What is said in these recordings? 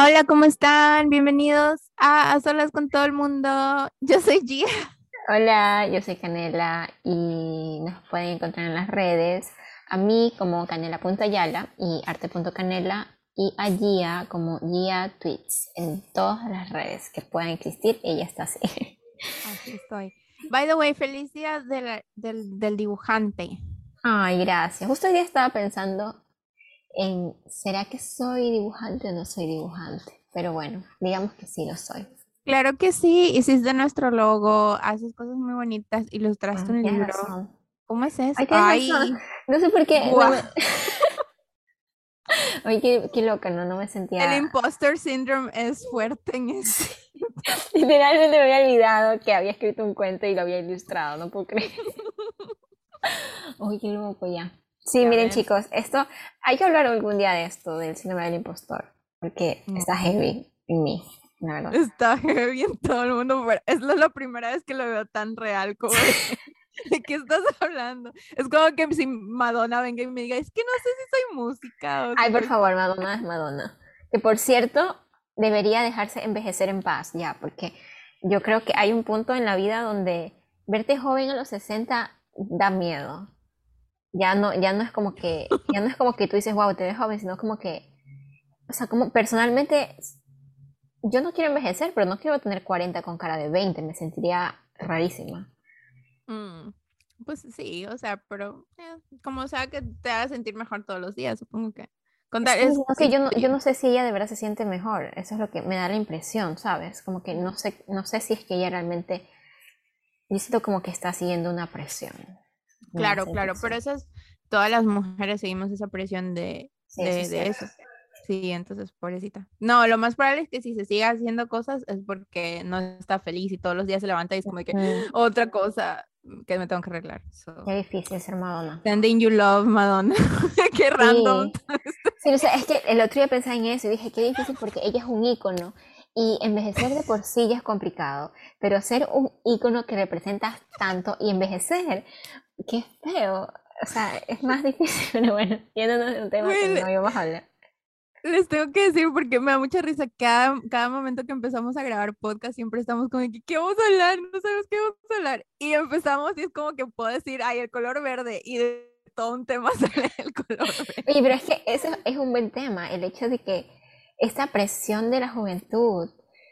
Hola, ¿cómo están? Bienvenidos a Solas con todo el mundo. Yo soy Gia. Hola, yo soy Canela y nos pueden encontrar en las redes a mí como canela.ayala y arte.canela y a Gia como Gia Tweets en todas las redes que puedan existir, ella está así. Así estoy. By the way, feliz día del dibujante. Ay, gracias. Justo hoy día estaba pensando en, ¿será que soy dibujante o no soy dibujante? Pero bueno, digamos que sí lo soy. Claro que sí, hiciste nuestro logo, haces cosas muy bonitas, ilustraste un Tienes libro. razón. ¿Cómo es eso? Ay, tienes razón. Ay, No sé por qué, no guau. me... Ay, qué loca, no me El sentía... imposter syndrome es fuerte en este. Literalmente me había olvidado que había escrito un cuento y lo había ilustrado, no puedo creer. Uy, qué loco ya. Sí, Ya miren ves. chicos, esto, hay que hablar algún día de esto, del síndrome del impostor, porque está Mm. heavy en mí, la verdad. Está heavy en todo el mundo, pero es la primera vez que lo veo tan real como de, ¿de qué estás hablando? Es como que si Madonna venga y me diga, es que no sé si soy música o si Ay, por soy... favor, Madonna es Madonna. Que por cierto, debería dejarse envejecer en paz ya, porque yo creo que hay un punto en la vida donde verte joven a los 60 da miedo. Ya no es como que, ya no es como que tú dices, wow, te ves joven, sino como que, o sea, como personalmente yo no quiero envejecer, pero no quiero tener 40 con cara de 20, me sentiría rarísima. Mm, pues sí, o sea, pero como sea que te haga sentir mejor todos los días, supongo que... Contar Sí, es... no sé, yo no sé si ella de verdad se siente mejor, eso es lo que me da la impresión, ¿sabes? Como que no sé si es que ella realmente, yo siento como que está siguiendo una presión, me da Claro, esa claro, pero impresión. esas, todas las mujeres seguimos esa presión Sí, eso es de cierto. eso. Sí, entonces, pobrecita. No, lo más probable es que si se siga haciendo cosas es porque no está feliz y todos los días se levanta y es como de que Mm, otra cosa que me tengo que arreglar. So, qué difícil ser Madonna. sending you love, Madonna. Qué random. Sí, sí, o sea, es que el otro día pensaba en eso y dije, qué difícil porque ella es un ícono y envejecer de por sí ya es complicado, pero ser un ícono que representas tanto y envejecer, qué feo, o sea, es más difícil, pero bueno, yéndonos de un tema que Güey, no íbamos a hablar. les tengo que decir porque me da mucha risa. Cada momento que empezamos a grabar podcast siempre estamos como de que, ¿qué vamos a hablar? No sabemos qué vamos a hablar. Y empezamos y es como que puedo decir, ay, el color verde. Y de todo un tema sale el color verde. Oye, pero es que eso es un buen tema, el hecho de que esa presión de la juventud,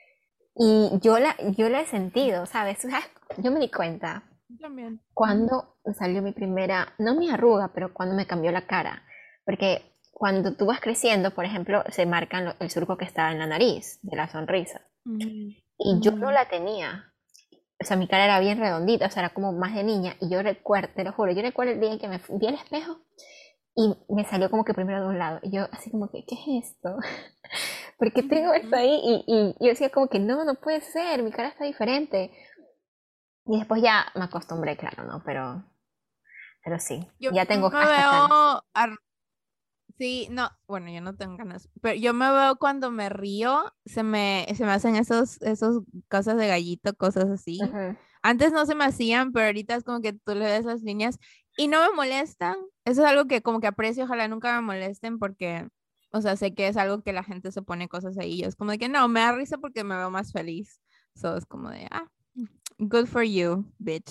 y yo la he sentido, ¿sabes? Yo me di cuenta También. cuando me salió mi primera, no mi arruga, pero cuando me cambió la cara. Porque cuando tú vas creciendo, por ejemplo, se marca el surco que estaba en la nariz de la sonrisa. Ujú, Y yo ujú. no la tenía. O sea, mi cara era bien redondita, o sea, era como más de niña. Y yo recuerdo, te lo juro, yo recuerdo el día en que me vi al espejo y me salió como que primero de un lado. Y yo así como que, ¿qué es esto? ¿Por qué tengo esto Ujú. ahí? Y yo decía como que no puede ser, mi cara está diferente. Y después ya me acostumbré, claro, ¿no? Pero sí, Yo ya me tengo hasta canas. veo, sí, no, bueno, yo no tengo ganas, pero yo me veo cuando me río, se me hacen esos cosas de gallito, cosas así. Ujú. Antes no se me hacían, pero ahorita es como que tú le ves las líneas y no me molestan. Eso es algo que como que aprecio, ojalá nunca me molesten porque, o sea, sé que es algo que la gente se pone cosas ahí. Yo es como de que no, me da risa porque me veo más feliz. So es como de, good for you, bitch.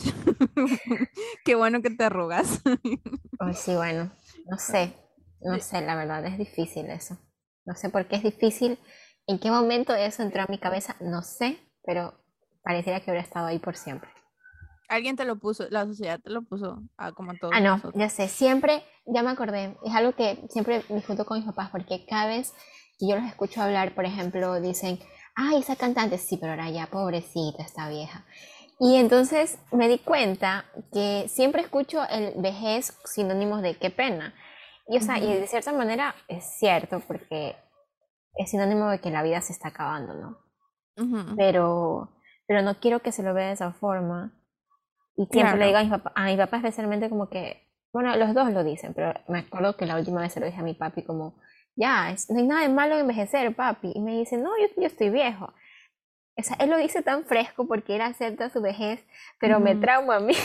Qué bueno que te arrugas. Ay, sí, bueno, no sé, no Sí. sé, la verdad, es difícil eso. No sé por qué es difícil. ¿En qué momento eso entró a mi cabeza? No sé, pero pareciera que hubiera estado ahí por siempre. Alguien te lo puso, la sociedad te lo puso, como a Ah, todos no, nosotros. ya sé, siempre, ya me acordé, es algo que siempre discuto con mis papás porque cada vez que yo los escucho hablar, por ejemplo, dicen, ay, esa cantante, sí, pero ahora ya, pobrecita, está vieja. Y entonces me di cuenta que siempre escucho el vejez sinónimos de qué pena. Y, o sea, y Ujú, de cierta manera es cierto porque es sinónimo de que la vida se está acabando, ¿no? ujú. Pero no quiero que se lo vea de esa forma. Y siempre le Claro. digo a mi papá especialmente como que, bueno, los dos lo dicen, pero me acuerdo que la última vez se lo dije a mi papi como, ya, no hay nada de malo en envejecer, papi. Y me dice, no, yo estoy viejo. O sea, él lo dice tan fresco porque él acepta su vejez, pero me Ujú. trauma a mí.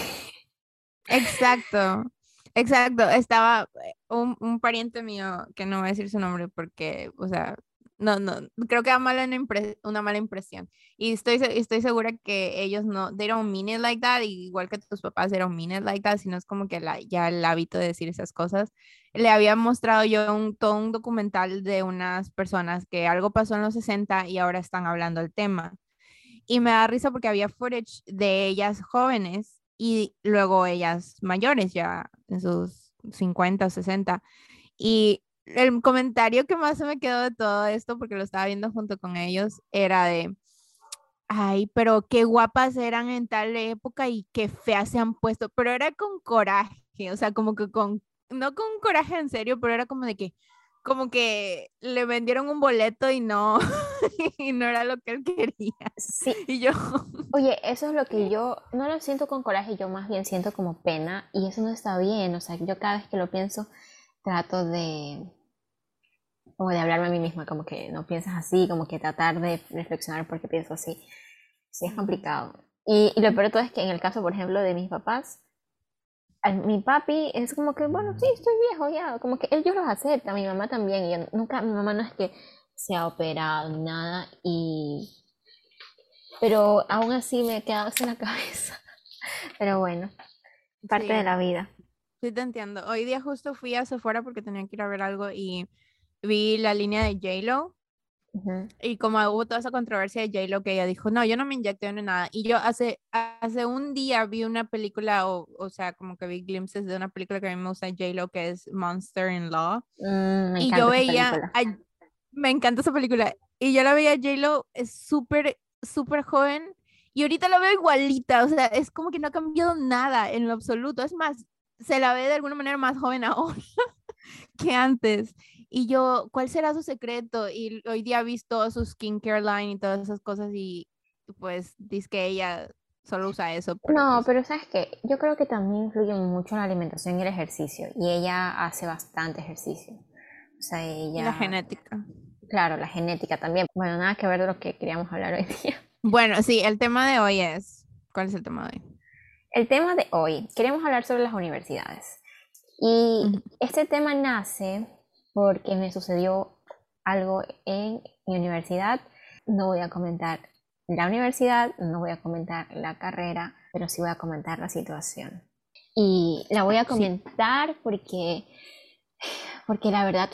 Exacto, exacto. Estaba un pariente mío, que no voy a decir su nombre porque, o sea, No, no, creo que da una mala impresión. Y estoy segura que ellos no, they don't mean it like that, igual que tus papás, they don't mean it like that, sino es como que ya el hábito de decir esas cosas. Le había mostrado yo todo un documental de unas personas que algo pasó en los 60 y ahora están hablando el tema. Y me da risa porque había footage de ellas jóvenes y luego ellas mayores, ya en sus 50 o 60. Y el comentario que más se me quedó de todo esto, porque lo estaba viendo junto con ellos, era de, ay, pero qué guapas eran en tal época y qué feas se han puesto, pero era con coraje, o sea, como que no con coraje en serio, pero era como que le vendieron un boleto y no, y no era lo que él quería. Sí, Y yo, oye, eso es lo que yo no lo siento con coraje, yo más bien siento como pena y eso no está bien, o sea, yo cada vez que lo pienso trato de como de hablarme a mí misma, como que no piensas así, como que tratar de reflexionar por qué pienso así. Sí, es complicado. Y lo peor de todo es que en el caso, por ejemplo, de mis papás, mi papi es como que, bueno, sí, estoy viejo ya, como que ellos los aceptan, mi mamá también, y yo nunca, mi mamá no es que se ha operado ni nada, pero aún así me he quedado sin la cabeza. Pero bueno, parte de sí, la vida. sí te entiendo. Hoy día justo fui a Sephora porque tenía que ir a ver algo y vi la línea de J-Lo. Ujú. Y como hubo toda esa controversia de J-Lo que ella dijo, no, yo no me inyecté ni nada. Y yo hace un día vi una película, o sea, como que vi glimpses de una película que a mí me gusta de J-Lo, que es Monster in Law. Me Y yo encanta esa veía, película. me encanta esa película. Y yo la veía a J-Lo, es súper, súper joven. Y ahorita la veo igualita, o sea, es como que no ha cambiado nada en lo absoluto. Es más, se la ve de alguna manera más joven ahora que antes. Y yo, ¿cuál será su secreto? Y hoy día he visto su skincare line y todas esas cosas y pues dice que ella solo usa eso, pero No, pues pero sabes que yo creo que también influye mucho la alimentación y el ejercicio. Y ella hace bastante ejercicio. O sea, y la ella, genética. claro, la genética también. Bueno, nada que ver de lo que queríamos hablar hoy día. Bueno, sí, el tema de hoy es, ¿cuál es el tema de hoy? El tema de hoy, queremos hablar sobre las universidades. Y Ujú. este tema nace porque me sucedió algo en mi universidad. No voy a comentar la universidad, no voy a comentar la carrera, pero sí voy a comentar la situación. Y la voy a Sí, comentar porque la verdad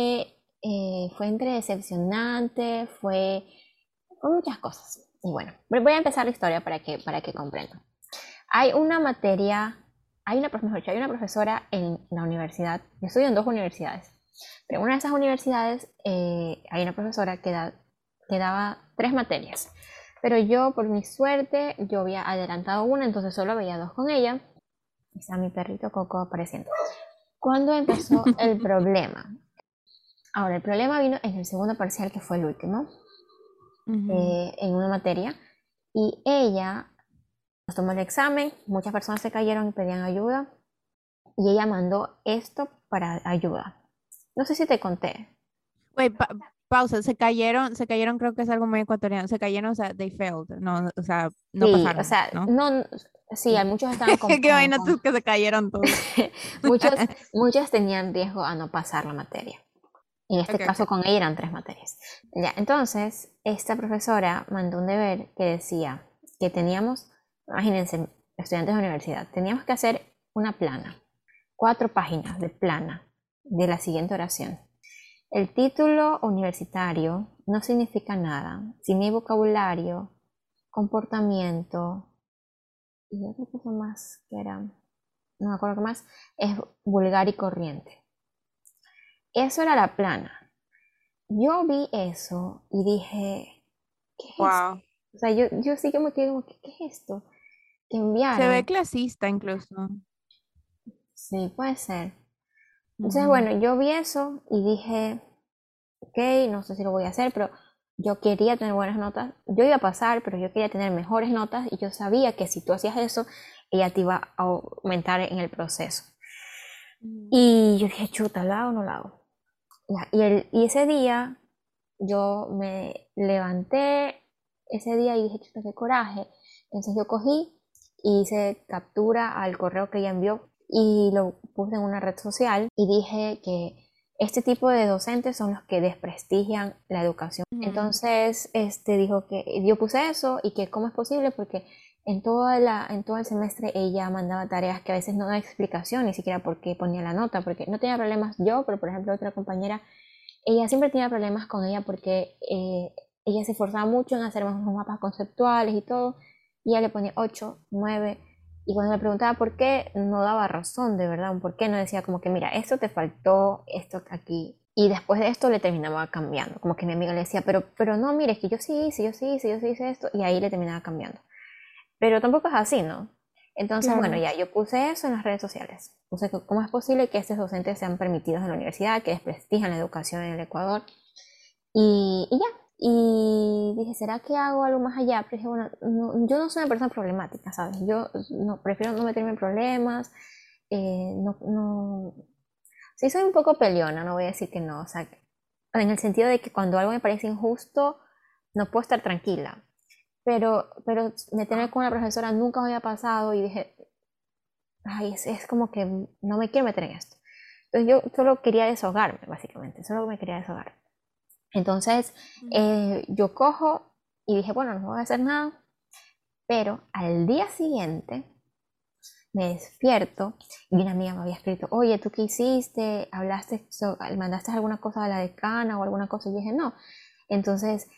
fue entre decepcionante, fue muchas cosas. Y bueno, voy a empezar la historia para que comprendan. Hay una materia, mejor dicho, hay una profesora en la universidad, yo estudio en dos universidades, pero en una de esas universidades hay una profesora que daba tres materias. Pero yo, por mi suerte, yo había adelantado una, entonces solo veía dos con ella. Está mi perrito Coco apareciendo. ¿Cuándo empezó el problema? Ahora, el problema vino en el segundo parcial, que fue el último, ujú. en una materia, y ella nos tomó el examen, muchas personas se cayeron y pedían ayuda, y ella mandó esto para ayuda. No sé si te conté. Wait, pausa, se cayeron, creo que es algo muy ecuatoriano, se cayeron, o sea, they failed, no, o sea, no Sí, o pasaron, sea, ¿no? no, sí, muchos estaban Qué vaina tú que se cayeron todos. muchos tenían riesgo a no pasar la materia. En este Okay, caso okay. con ella eran tres materias. Ya, entonces, esta profesora mandó un deber que decía que teníamos, imagínense, estudiantes de universidad, teníamos que hacer una plana, 4 páginas de plana de la siguiente oración. El título universitario no significa nada si no hay vocabulario, comportamiento y otra cosa más que era, no me acuerdo qué más, es vulgar y corriente. Eso era la plana. Yo vi eso y dije, ¿qué es esto? Wow. O sea, yo sí que me quedé como, ¿qué es esto? Que Se ve enviaron. clasista incluso. Sí, puede ser. Entonces, Ujú. bueno, yo vi eso y dije, ok, no sé si lo voy a hacer, pero yo quería tener buenas notas. Yo iba a pasar, pero yo quería tener mejores notas y yo sabía que si tú hacías eso, ella te iba a aumentar en el proceso. Ujú. Y yo dije, chuta, ¿la hago o no la hago? Ya, y ese día yo me levanté ese día y dije, chuta, qué coraje. Entonces yo cogí y hice captura al correo que ella envió y lo puse en una red social y dije que este tipo de docentes son los que desprestigian la educación. Ujú. Entonces, dijo que yo puse eso y que cómo es posible porque en todo el semestre ella mandaba tareas que a veces no da explicación ni siquiera por qué ponía la nota, porque no tenía problemas yo, pero por ejemplo otra compañera, ella siempre tenía problemas con ella porque ella se esforzaba mucho en hacer unos mapas conceptuales y todo, y ella le ponía 8 9 y cuando le preguntaba por qué, no daba razón de verdad, un por qué, no decía como que mira, esto te faltó, esto aquí. Y después de esto le terminaba cambiando, como que mi amiga le decía, pero no, mire, es que yo sí hice, yo sí hice, yo sí hice esto, y ahí le terminaba cambiando. Pero tampoco es así, ¿no? Entonces, bueno, Claro. ya, yo puse eso en las redes sociales. Puse que cómo es posible que estos docentes sean permitidos en la universidad, que desprestigian la educación en el Ecuador. Y ya. Y dije, ¿será que hago algo más allá? Pero dije, bueno, yo no soy una persona problemática, ¿sabes? Yo no, prefiero no meterme en problemas. No. Sí, soy un poco peleona, no voy a decir que no. O sea, en el sentido de que cuando algo me parece injusto, no puedo estar tranquila. Pero meterme con una profesora nunca me había pasado y dije, ay, es como que no me quiero meter en esto. Entonces yo solo quería desahogarme, básicamente, solo me quería desahogar. Entonces Ujú. yo cojo y dije, bueno, no voy a hacer nada, pero al día siguiente me despierto y una amiga me había escrito, oye, ¿tú qué hiciste? ¿Mandaste alguna cosa a la decana o alguna cosa? Y yo dije, no. Entonces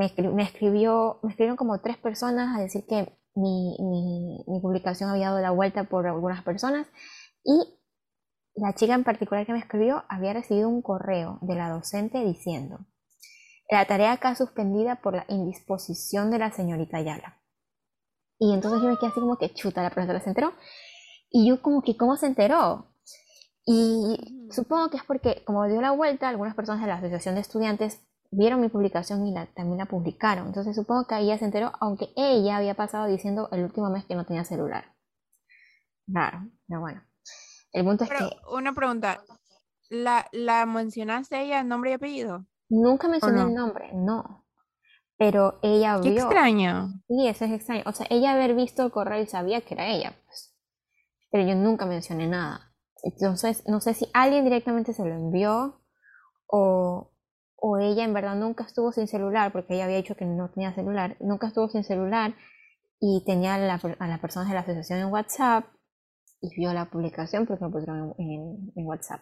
me escribieron como 3 personas a decir que mi publicación había dado la vuelta por algunas personas y la chica en particular que me escribió había recibido un correo de la docente diciendo, la tarea acá suspendida por la indisposición de la señorita Ayala. Y entonces yo me quedé así como que chuta, la profesora se enteró. Y yo como que, ¿cómo se enteró? Y Ujú. supongo que es porque como dio la vuelta, algunas personas de la asociación de estudiantes vieron mi publicación y también la publicaron. Entonces supongo que ella se enteró, aunque ella había pasado diciendo el último mes que no tenía celular. Raro, pero bueno. El punto es que Pero una pregunta, ¿la mencionaste ella, nombre y apellido? nunca ¿O mencioné el no? nombre, no. Pero ella Qué vio, extraño. y eso es extraño. O sea, ella haber visto el correo y sabía que era ella, pues. Pero yo nunca mencioné nada. Entonces, no sé si alguien directamente se lo envió o, o ella en verdad nunca estuvo sin celular, porque ella había dicho que no tenía celular, nunca estuvo sin celular y tenía a las personas de la asociación en WhatsApp y vio la publicación porque lo pusieron en WhatsApp.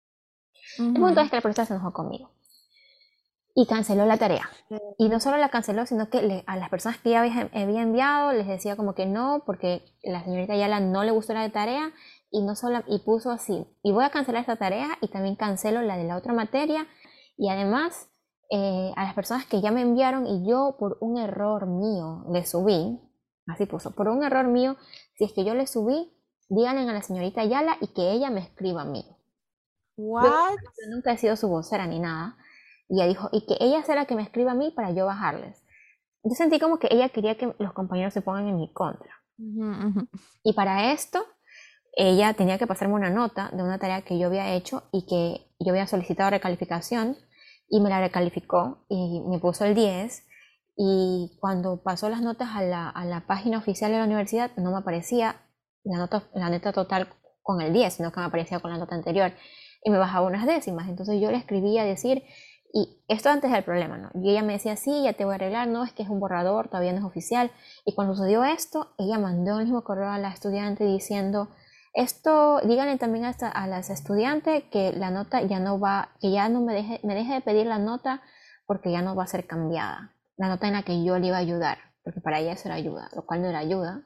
El punto es Ujú. que la profesora se enojó conmigo y canceló la tarea. Y no solo la canceló, sino que a las personas que ya había enviado les decía como que no, porque la señorita Yala no le gustó la tarea y no solo y puso así, y voy a cancelar esta tarea y también cancelo la de la otra materia y además a las personas que ya me enviaron y yo por un error mío le subí, así puso, por un error mío, si es que yo le subí, díganle a la señorita Yala y que ella me escriba a mí. What? Yo nunca he sido su vocera ni nada. Y ella dijo, y que ella sea la que me escriba a mí para yo bajarles. Yo sentí como que ella quería que los compañeros se pongan en mi contra. Ujú, ujú. Y para esto, ella tenía que pasarme una nota de una tarea que yo había hecho y que yo había solicitado recalificación y me la recalificó y me puso el 10. Y cuando pasó las notas a la página oficial de la universidad, no me aparecía la nota total con el 10 sino que me aparecía con la nota anterior y me bajaba unas décimas. Entonces yo le escribía a decir, y esto antes del problema, ¿no? Y ella me decía, sí, ya te voy a arreglar, no, es que es un borrador, todavía no es oficial. Y cuando sucedió esto, ella mandó el mismo correo a la estudiante diciendo, esto, díganle también a las estudiantes que la nota ya no va, que ya no me deje de pedir la nota porque ya no va a ser cambiada. La nota en la que yo le iba a ayudar, porque para ella eso era ayuda, lo cual no era ayuda.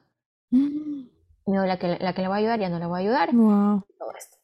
Me dijo, la que le va a ayudar ya no le voy a ayudar, Wow. todo esto.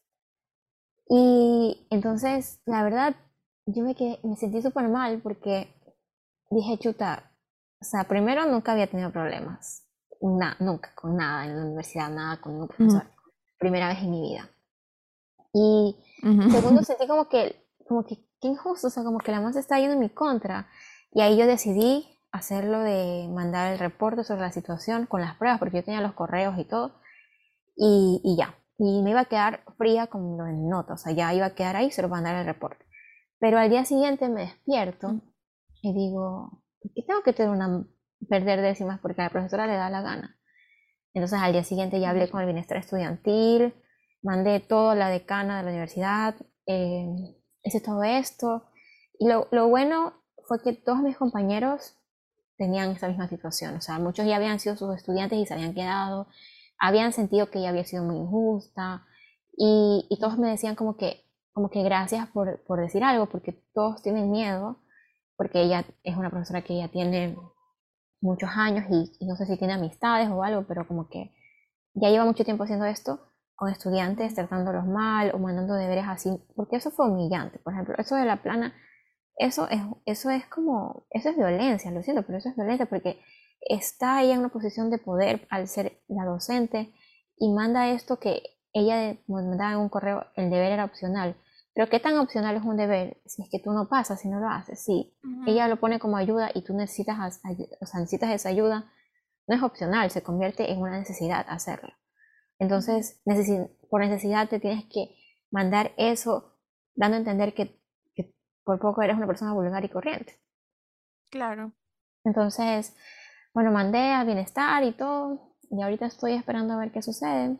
Y entonces, la verdad, me sentí súper mal porque dije, chuta, o sea, primero nunca había tenido problemas, nunca, con nada en la universidad, nada con un Ujú, profesor, primera vez en mi vida. Y segundo, ujú. sentí como que, qué injusto, o sea, como que la más está yendo en mi contra. Y ahí yo decidí hacerlo de mandar el reporte sobre la situación con las pruebas, porque yo tenía los correos y todo, y ya. Y me iba a quedar fría con lo de mi nota, o sea, ya iba a quedar ahí, solo mandar el reporte. Pero al día siguiente me despierto y digo, ¿por qué tengo que perder décimas? Porque a la profesora le da la gana. Entonces al día siguiente ya hablé con el bienestar estudiantil, mandé todo a la decana de la universidad, hice todo esto. Y lo bueno fue que todos mis compañeros tenían esta misma situación. O sea, muchos ya habían sido sus estudiantes y se habían quedado, habían sentido que ella había sido muy injusta y todos me decían como que gracias por decir algo, porque todos tienen miedo, porque ella es una profesora que ya tiene muchos años y no sé si tiene amistades o algo, pero como que ya lleva mucho tiempo haciendo esto con estudiantes, tratándolos mal o mandando deberes así, porque eso fue humillante. Por ejemplo, eso de la plana, eso es como, eso es violencia, lo siento, pero eso es violencia porque está ella en una posición de poder al ser la docente y manda esto que ella mandaba en un correo, el deber era opcional. Pero ¿qué tan opcional es un deber si es que tú no pasas, si no lo haces? Si ella lo pone como ayuda y tú necesitas, o sea, necesitas esa ayuda, no es opcional, se convierte en una necesidad hacerlo. Entonces, por necesidad te tienes que mandar eso, dando a entender que por poco eres una persona vulgar y corriente. Claro. Entonces, bueno, mandé al bienestar y todo, y ahorita estoy esperando a ver qué sucede.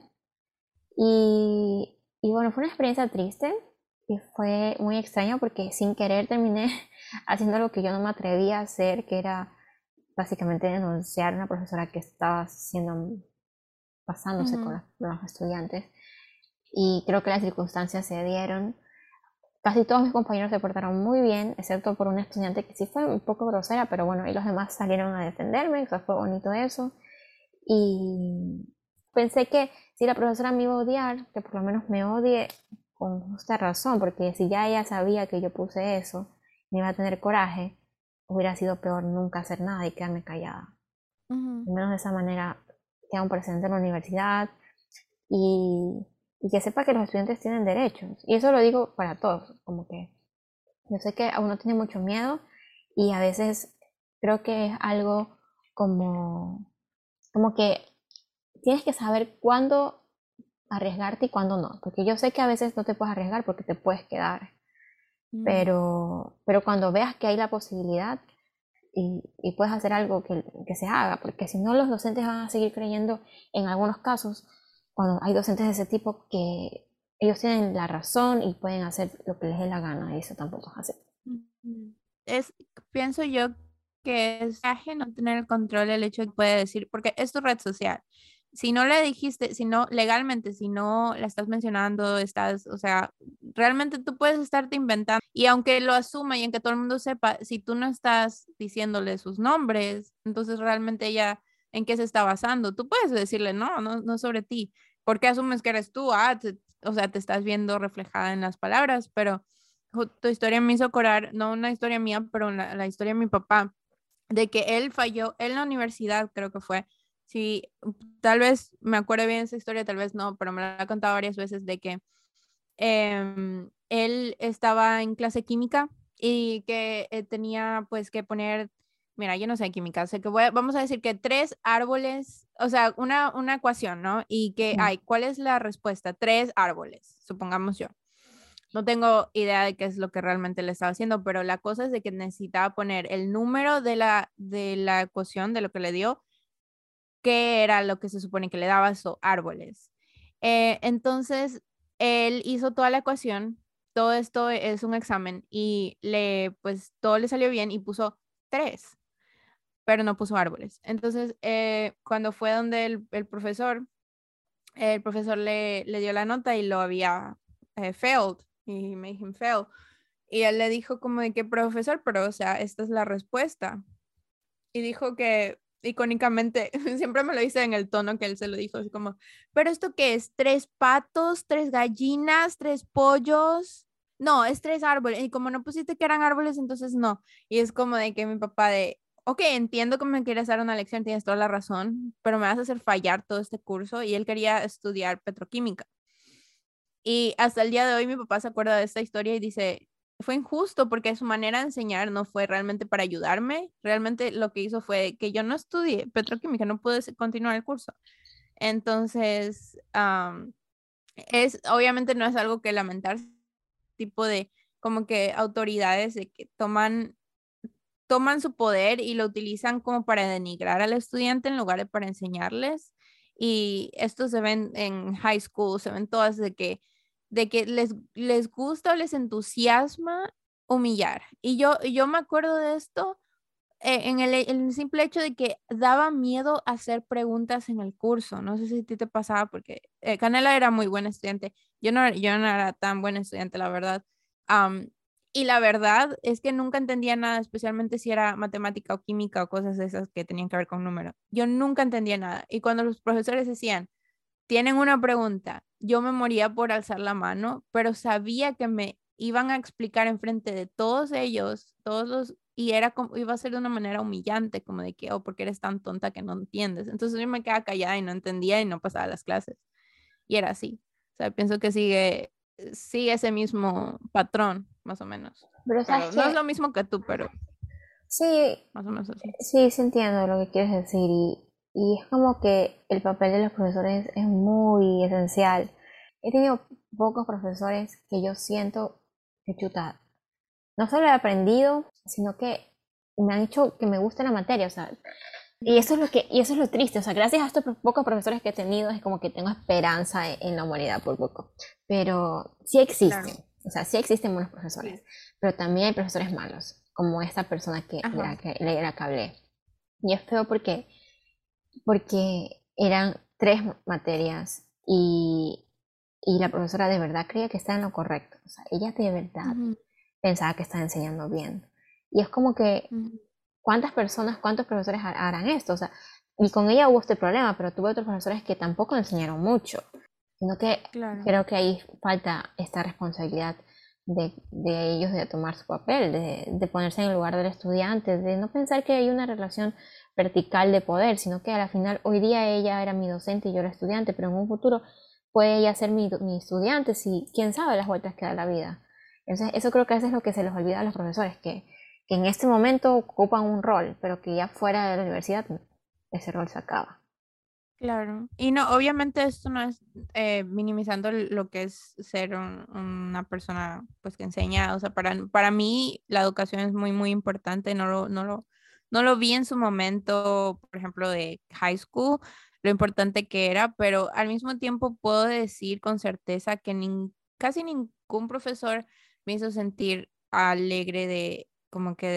Y bueno, fue una experiencia triste y fue muy extraño porque sin querer terminé haciendo lo que yo no me atrevía a hacer, que era básicamente denunciar a una profesora que estaba haciendo, pasándose con Ujú. los estudiantes. Y creo que las circunstancias se dieron. Casi todos mis compañeros se portaron muy bien, excepto por una estudiante que sí fue un poco grosera, pero bueno, y los demás salieron a defenderme, o sea, fue bonito eso. Y pensé que si la profesora me iba a odiar, que por lo menos me odie con justa razón, porque si ya ella sabía que yo puse eso, me iba a tener coraje, hubiera sido peor nunca hacer nada y quedarme callada. Ujú. Al menos de esa manera queda un precedente en la universidad y, y que sepa que los estudiantes tienen derechos. Y eso lo digo para todos, como que yo sé que uno tiene mucho miedo y a veces creo que es algo como que tienes que saber cuándo arriesgarte y cuándo no. Porque yo sé que a veces no te puedes arriesgar porque te puedes quedar. Ujú. Pero cuando veas que hay la posibilidad y puedes hacer algo que se haga, porque si no los docentes van a seguir creyendo en algunos casos, cuando hay docentes de ese tipo que ellos tienen la razón y pueden hacer lo que les dé la gana, y eso tampoco es así. Ujú. Es, pienso yo que es viaje no tener el control el hecho de que puede decir, porque es tu red social. Si no le dijiste, si no, legalmente, si no la estás mencionando, estás, o sea, realmente tú puedes estarte inventando. Y aunque lo asuma y aunque todo el mundo sepa, si tú no estás diciéndole sus nombres, entonces realmente ella, ¿en qué se está basando? Tú puedes decirle, no, no, no sobre ti. ¿Por qué asumes que eres tú? O sea, te estás viendo reflejada en las palabras, pero tu historia me hizo acordar, no una historia mía, pero la historia de mi papá, de que él falló en la universidad, creo que fue. Sí, tal vez me acuerdo bien esa historia, tal vez no, pero me la ha contado varias veces de que él estaba en clase de química y que tenía pues que poner, mira, yo no sé química, sé que vamos a decir que tres árboles, o sea, una ecuación, ¿no? Y que Mm. hay, ¿cuál es la respuesta? Tres árboles, supongamos yo. No tengo idea de qué es lo que realmente le estaba haciendo, pero la cosa es de que necesitaba poner el número de la ecuación, de lo que le dio, que era lo que se supone que le daba, so, árboles. Entonces, él hizo toda la ecuación, todo esto es un examen y pues todo le salió bien y puso tres, pero no puso árboles. Entonces, cuando fue donde el profesor le dio la nota y lo había failed, y made him fail. Y él le dijo como de que profesor, pero o sea, esta es la respuesta. Y dijo que icónicamente, siempre me lo dice en el tono que él se lo dijo, así como, pero esto qué es, tres patos, tres gallinas, tres pollos. No, es tres árboles. Y como no pusiste que eran árboles, entonces no. Y es como de que mi papá de, ok, entiendo que me quieres dar una lección, tienes toda la razón, pero me vas a hacer fallar todo este curso. Y él quería estudiar petroquímica. Y hasta el día de hoy mi papá se acuerda de esta historia y dice, fue injusto porque su manera de enseñar no fue realmente para ayudarme, realmente lo que hizo fue que yo no estudié petroquímica, no pude continuar el curso. Entonces, obviamente no es algo que lamentar, tipo de como que autoridades de que toman su poder y lo utilizan como para denigrar al estudiante en lugar de para enseñarles. Y esto se ven en high school, se ven todas de que de que les gusta o les entusiasma humillar. Y yo me acuerdo de esto el simple hecho de que daba miedo hacer preguntas en el curso. No sé si a ti te pasaba porque Canela era muy buena estudiante. Yo no era tan buena estudiante, la verdad. Am, y la verdad es que nunca entendía nada, especialmente si era matemática o química o cosas de esas que tenían que ver con números. Yo nunca entendía nada. Y cuando los profesores decían, tienen una pregunta, yo me moría por alzar la mano, pero sabía que me iban a explicar enfrente de todos ellos, y era como, iba a ser de una manera humillante, como de que, oh, porque eres tan tonta que no entiendes. Entonces yo me quedaba callada y no entendía y no pasaba las clases. Y era así. O sea, pienso que sigue ese mismo patrón, más o menos. Pero sabes Pero no es que lo mismo que tú, pero sí, más o menos así. sí, sí entiendo lo que quieres decir y es como que el papel de los profesores es muy esencial. He tenido pocos profesores que yo siento que chuta, no solo he aprendido, sino que me han hecho que me guste la materia, o sea, y eso es lo triste, o sea, gracias a estos pocos profesores que he tenido es como que tengo esperanza en la humanidad por poco, pero sí Claro. existen, o sea, sí existen buenos profesores, Sí. pero también hay profesores malos, como esta persona Ajá. de la que hablé. Y es feo porque eran tres materias y la profesora de verdad creía que estaba en lo correcto, o sea, ella de verdad Ujú, pensaba que estaba enseñando bien. Y es como que ujú. ¿cuántas personas, cuántos profesores harán esto? O sea, y con ella hubo este problema, pero tuve otros profesores que tampoco enseñaron mucho, sino que Claro. creo que ahí falta esta responsabilidad de ellos de tomar su papel, de ponerse en el lugar del estudiante, de no pensar que hay una relación vertical de poder, sino que al final hoy día ella era mi docente y yo era estudiante, pero en un futuro puede ella ser mi estudiante, si quién sabe las vueltas que da la vida. Entonces, eso creo que a veces es lo que se les olvida a los profesores, que en este momento ocupan un rol, pero que ya fuera de la universidad ese rol se acaba. Claro. Y no, obviamente esto no es minimizando lo que es ser una persona pues que enseña. O sea, para mí la educación es muy, muy importante. No lo vi en su momento, por ejemplo, de high school, lo importante que era, pero al mismo tiempo puedo decir con certeza que casi ningún profesor me hizo sentir alegre de como que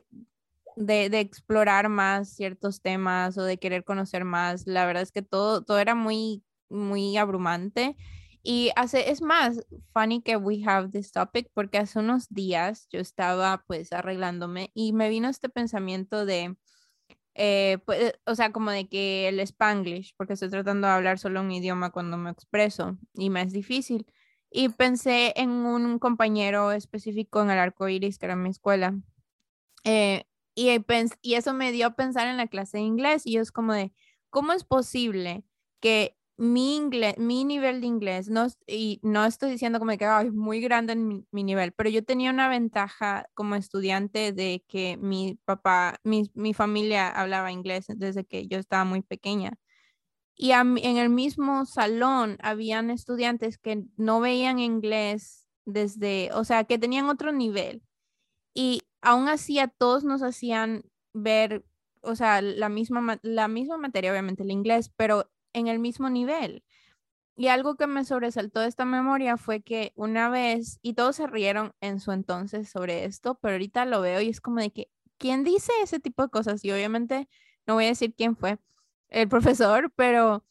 de explorar más ciertos temas o de querer conocer más. La verdad es que todo era muy, muy abrumante. Es más, funny que we have this topic, porque hace unos días yo estaba pues arreglándome y me vino este pensamiento de, pues, o sea, como de que el Spanglish, porque estoy tratando de hablar solo un idioma cuando me expreso y me es difícil. Y pensé en un compañero específico en el arco iris, que era mi escuela, eh, y eso me dio a pensar en la clase de inglés y yo es como de, ¿cómo es posible que mi nivel de inglés, y no estoy diciendo como de que "Ay, es muy grande en mi nivel, pero yo tenía una ventaja como estudiante de que mi papá, mi familia hablaba inglés desde que yo estaba muy pequeña. Y en el mismo salón habían estudiantes que no veían inglés o sea, que tenían otro nivel y aún así a todos nos hacían ver, o sea, la misma materia, obviamente el inglés, pero en el mismo nivel. Y algo que me sobresaltó de esta memoria fue que una vez, y todos se rieron en su entonces sobre esto, pero ahorita lo veo y es como de que, ¿quién dice ese tipo de cosas? Y obviamente no voy a decir quién fue el profesor, pero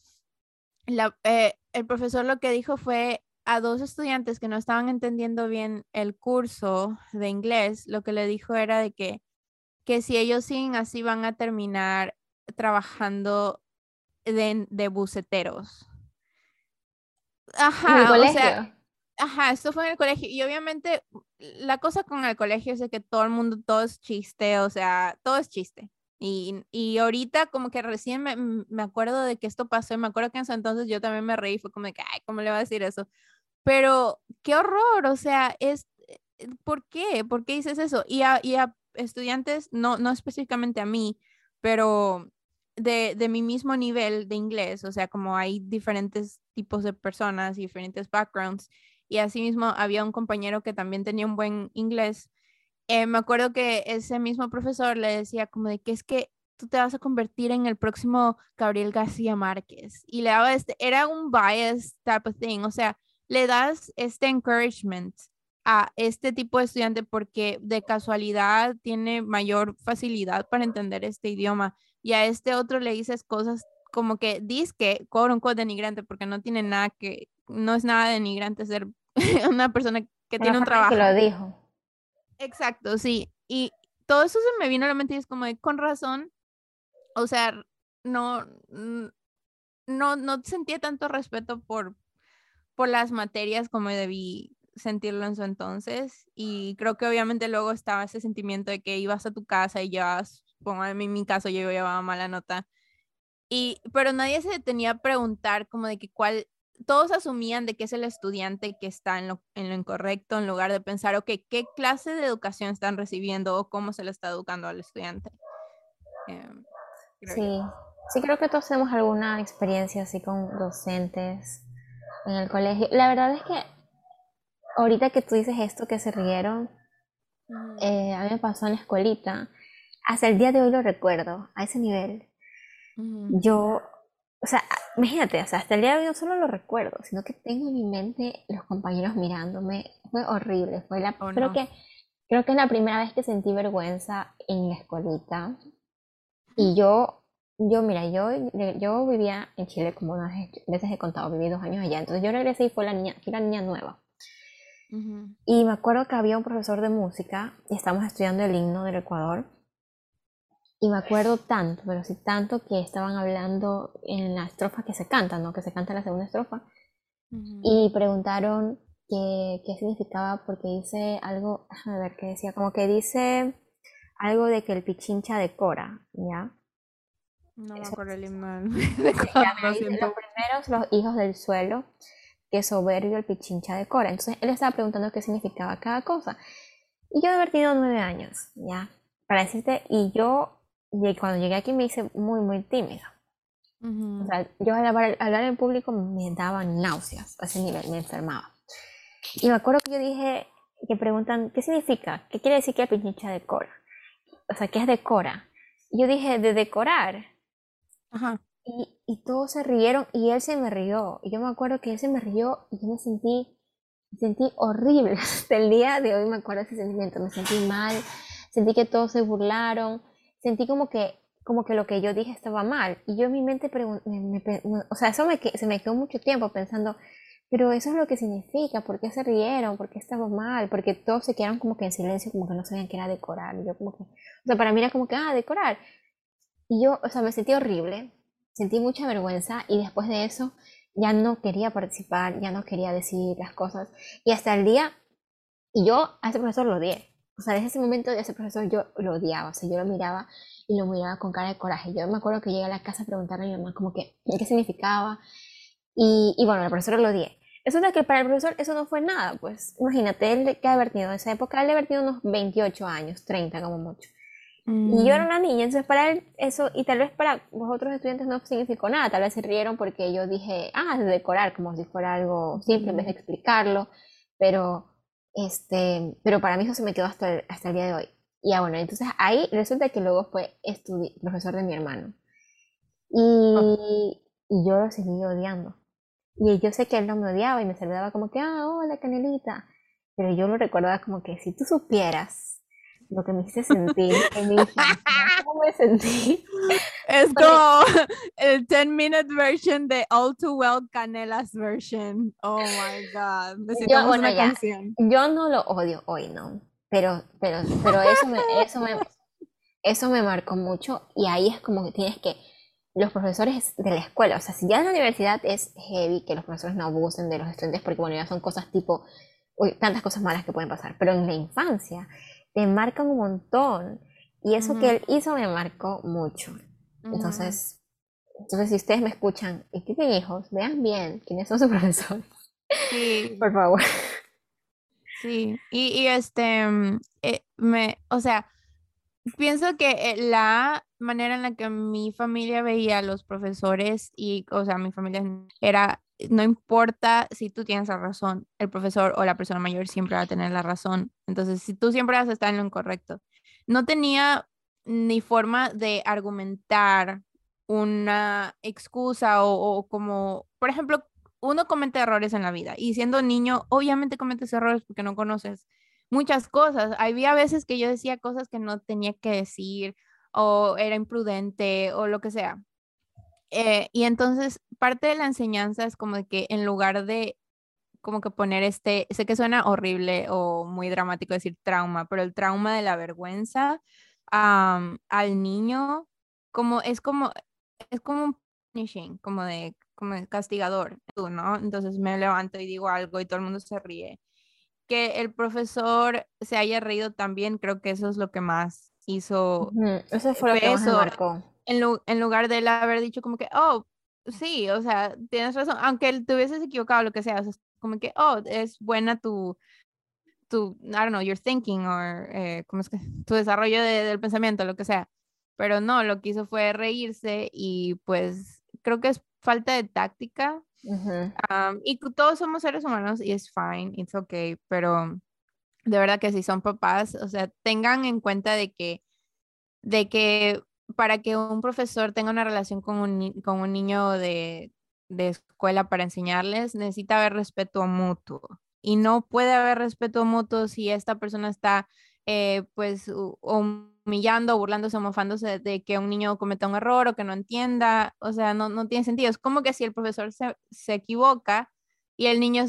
el profesor lo que dijo fue a dos estudiantes que no estaban entendiendo bien el curso de inglés, lo que le dijo era de que si ellos siguen así van a terminar trabajando de buceteros. En el Ajá, o sea, colegio. ajá, esto fue en el colegio y obviamente la cosa con el colegio es de que todo el mundo, todo es chiste, o sea, todo es chiste. Y ahorita como que recién me acuerdo de que esto pasó y me acuerdo que en ese entonces yo también me reí, fue como de que, ay, ¿cómo le va a decir eso? Pero qué horror, o sea, ¿por qué? ¿Por qué dices eso? Y a estudiantes, no específicamente a mí, pero de mi mismo nivel de inglés, o sea, como hay diferentes tipos de personas y diferentes backgrounds, y asimismo había un compañero que también tenía un buen inglés. Me acuerdo que ese mismo profesor le decía como de que es que tú te vas a convertir en el próximo Gabriel García Márquez, y le daba era un bias type of thing, o sea, le das este encouragement a este tipo de estudiante porque de casualidad tiene mayor facilidad para entender este idioma y a este otro le dices cosas como que disque, quote unquote, denigrante, porque no tiene nada que, no es nada denigrante ser una persona que En la tiene un forma en que trabajo. lo dijo. Exacto, sí. Y todo eso se me vino a la mente y es como de, con razón, o sea, no, no sentía tanto respeto por las materias como debí sentirlo en su entonces. Y creo que obviamente luego estaba ese sentimiento de que ibas a tu casa y llevabas, pongo en mi caso, yo llevaba mala nota. Pero nadie se detenía a preguntar como de que cuál, todos asumían de que es el estudiante que está en lo incorrecto en lugar de pensar, ok, ¿qué clase de educación están recibiendo o cómo se le está educando al estudiante? Em, creo yo. Sí, sí creo que todos tenemos alguna experiencia así con docentes en el colegio. La verdad es que ahorita que tú dices esto que se rieron, Ujú, a mí me pasó en la escuelita. Hasta el día de hoy lo recuerdo, a ese nivel. ujú. Yo, o sea, imagínate, o sea, hasta el día de hoy no solo lo recuerdo, sino que tengo en mi mente los compañeros mirándome. Fue horrible, Oh, no. creo que es la primera vez que sentí vergüenza en la escuelita. Ujú, Y mira, yo vivía en Chile, como unas veces he contado, viví 2 años allá. Entonces yo regresé y fui la niña nueva. ujú. Y me acuerdo que había un profesor de música y estábamos estudiando el himno del Ecuador. Y me acuerdo tanto, pero sí tanto, que estaban hablando en la estrofa que se canta, ¿no? Que se canta la segunda estrofa. Ujú. Y preguntaron qué significaba, porque dice algo, déjame ver qué decía, como que dice algo de que el pichincha decora, ¿ya? No me Eso acuerdo el dice. himno de Ya, Ecuador, lo mira, dice, los siento. primeros, los hijos del suelo, que soberbio el pichincha decora. Entonces él estaba preguntando qué significaba cada cosa. Y yo de haber tenido 9 años, ya, para decirte, cuando llegué aquí me hice muy, muy tímida. O Ujú, sea, yo al hablar en público me daban náuseas, a ese nivel, me enfermaba. Y me acuerdo que yo dije, que preguntan, ¿qué significa? ¿Qué quiere decir que el pichincha decora? O sea, ¿qué es decora? Y yo dije, de decorar. ajá. Y todos se rieron y él se me rió. Y yo me acuerdo que él se me rió y yo me sentí horrible. Hasta el día de hoy me acuerdo de ese sentimiento. Me sentí mal, sentí que todos se burlaron, sentí como que lo que yo dije estaba mal. Y yo en mi mente, o sea, se me quedó mucho tiempo pensando, pero eso es lo que significa, ¿por qué se rieron? ¿Por qué estaba mal? Porque todos se quedaron como que en silencio, como que no sabían qué era decorar. Y yo como que, o sea, para mí era como que, decorar. Y yo, o sea, me sentí horrible, sentí mucha vergüenza y después de eso ya no quería participar, ya no quería decir las cosas. Y hasta el día, y yo a ese profesor lo odié. O sea, desde ese momento, ese profesor yo lo odiaba. O sea, yo lo miraba y lo miraba con cara de coraje. Yo me acuerdo que llegué a la casa a preguntarle a mi mamá como que qué significaba. Y bueno, el profesor lo odié. Resulta que para el profesor eso no fue nada. Pues imagínate, él que ha haber en esa época, él ha haber unos 28 años, 30 como mucho. Y yo era Mm, una niña, entonces para él eso, y tal vez para los otros estudiantes no significó nada, tal vez se rieron porque yo dije, de decorar, como si fuera algo simple en vez ujú. de explicarlo, pero, pero para mí eso se me quedó hasta el día de hoy. Y bueno, entonces ahí resulta que luego fue profesor de mi hermano. Oh. Y yo lo seguí odiando. Y yo sé que él no me odiaba y me saludaba como que, hola, Canelita. Pero yo lo recordaba como que si tú supieras lo que me hice sentir en mi infancia, cómo me sentí. Es Con el- como el 10-minute version de All Too Well Canelas version. Oh my God. Yo, Necesitamos bueno, una ya, canción. yo no lo odio hoy, ¿no? Pero eso me marcó mucho y ahí es como que tienes que, los profesores de la escuela, o sea, si ya en la universidad es heavy que los profesores no abusen de los estudiantes porque, bueno, ya son cosas tipo, uy, tantas cosas malas que pueden pasar, pero en la infancia te marcan un montón y eso que Ujú, él hizo me marcó mucho. ujú. Entonces, si ustedes me escuchan y tienen hijos, vean bien quiénes son sus profesores, Sí, por favor. sí. O sea, pienso que la manera en la que mi familia veía a los profesores y, o sea, mi familia era, no importa si tú tienes la razón, el profesor o la persona mayor siempre va a tener la razón. Entonces, si tú siempre vas a estar en lo incorrecto. No tenía ni forma de argumentar una excusa o como, por ejemplo, uno comete errores en la vida y siendo niño, obviamente cometes errores porque no conoces muchas cosas. Había veces que yo decía cosas que no tenía que decir o era imprudente o lo que sea. Y entonces parte de la enseñanza es como de que en lugar de como que poner sé que suena horrible o muy dramático decir trauma, pero el trauma de la vergüenza al niño es como un punishing, como de castigador, tú, ¿no? Entonces me levanto y digo algo y todo el mundo se ríe. Que el profesor se haya reído también, creo que eso es lo que más hizo Ujú, eso fue lo que más me peso, marcó. en lugar de él haber dicho como que, oh, sí, o sea, tienes razón, aunque él te hubieses equivocado, lo que sea, o sea, es como que, oh, es buena I don't know, your thinking, ¿cómo es que? Tu desarrollo del pensamiento, lo que sea. Pero no, lo que hizo fue reírse y pues creo que es falta de táctica. Ujú, Todos somos seres humanos y es fine, it's okay, pero de verdad que si son papás, o sea, tengan en cuenta de que para que un profesor tenga una relación con un niño de escuela para enseñarles, necesita haber respeto mutuo. Y no puede haber respeto mutuo si esta persona está pues humillando, burlándose, mofándose de que un niño cometa un error o que no entienda. O sea, no tiene sentido. Es como que si el profesor se equivoca y el niño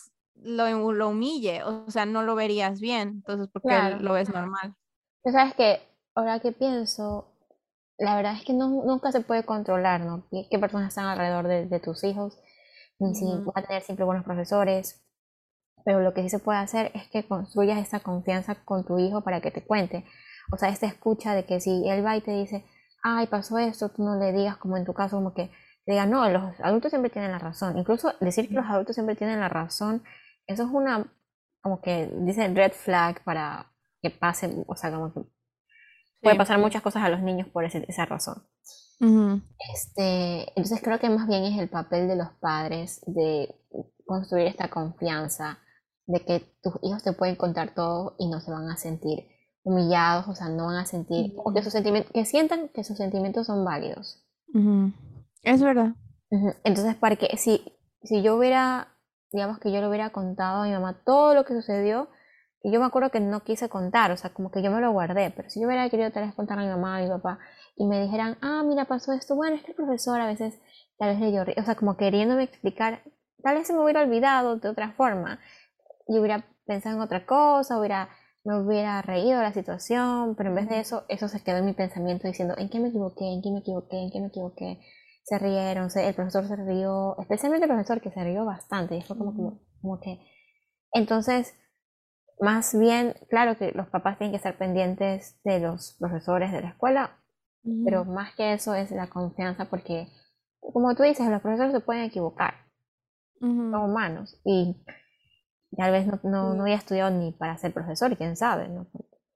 lo humille, o sea, no lo verías bien. Entonces, porque claro. lo ves normal. Tú sabes que ahora que pienso, la verdad es que nunca se puede controlar, ¿no? ¿Qué personas están alrededor de tus hijos? Ni si Ujú, vas a tener siempre buenos profesores. Pero lo que sí se puede hacer es que construyas esa confianza con tu hijo para que te cuente. O sea, esta escucha de que si él va y te dice, ay, pasó esto, tú no le digas como en tu caso, como que te diga, no, los adultos siempre tienen la razón. Incluso decir que los adultos siempre tienen la razón, eso es una, como que dicen red flag para que pase, o sea, como que puede sí. pasar muchas cosas a los niños por esa razón. Ujú, Entonces creo que más bien es el papel de los padres de construir esta confianza, de que tus hijos te pueden contar todo y no se van a sentir humillados, o sea, no van a sentir, o que ujú, sus sentimientos, que sientan que sus sentimientos son válidos. ujú. Es verdad. Ujú. Entonces, para que si yo hubiera, digamos que yo le hubiera contado a mi mamá todo lo que sucedió, y yo me acuerdo que no quise contar, o sea, como que yo me lo guardé, pero si yo hubiera querido tal vez contar a mi mamá, a mi papá, y me dijeran, ah, mira, pasó esto, bueno, es que el profesor a veces tal vez le dio, o sea, como queriéndome explicar, tal vez se me hubiera olvidado de otra forma, y hubiera pensado en otra cosa, me hubiera reído de la situación, pero en vez de eso, eso se quedó en mi pensamiento diciendo, ¿en qué me equivoqué? ¿En qué me equivoqué? ¿En qué me equivoqué? Se rieron, el profesor se rió, especialmente el profesor que se rió bastante, y fue Ujú, como que, entonces, más bien, claro que los papás tienen que estar pendientes de los profesores de la escuela, pero ujú, más que eso es la confianza, porque, como tú dices, los profesores se pueden equivocar, son ujú. humanos, y tal vez no Sí. había estudiado ni para ser profesor, quién sabe, ¿no?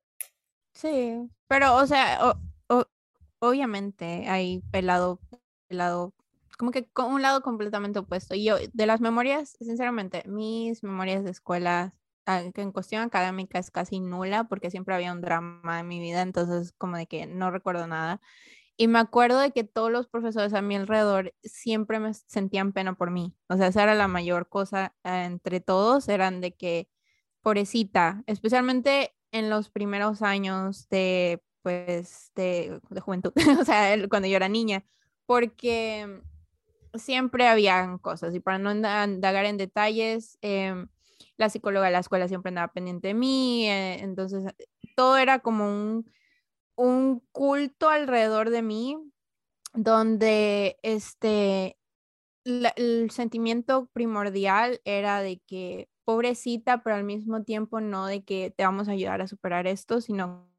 Sí, pero o sea, o- obviamente hay pelado, como que con un lado completamente opuesto. Y yo, de las memorias, sinceramente, mis memorias de escuela, que en cuestión académica es casi nula, porque siempre había un drama en mi vida, entonces como de que no recuerdo nada. Y me acuerdo de que todos los profesores a mi alrededor siempre me sentían pena por mí. O sea, esa era la mayor cosa entre todos, eran de que, pobrecita, especialmente en los primeros años pues, de juventud, o sea, cuando yo era niña, porque siempre habían cosas y para no indagar en detalles, la psicóloga de la escuela siempre andaba pendiente de mí, entonces todo era como un culto alrededor de mí donde el sentimiento primordial era de que pobrecita, pero al mismo tiempo no de que te vamos a ayudar a superar esto, sino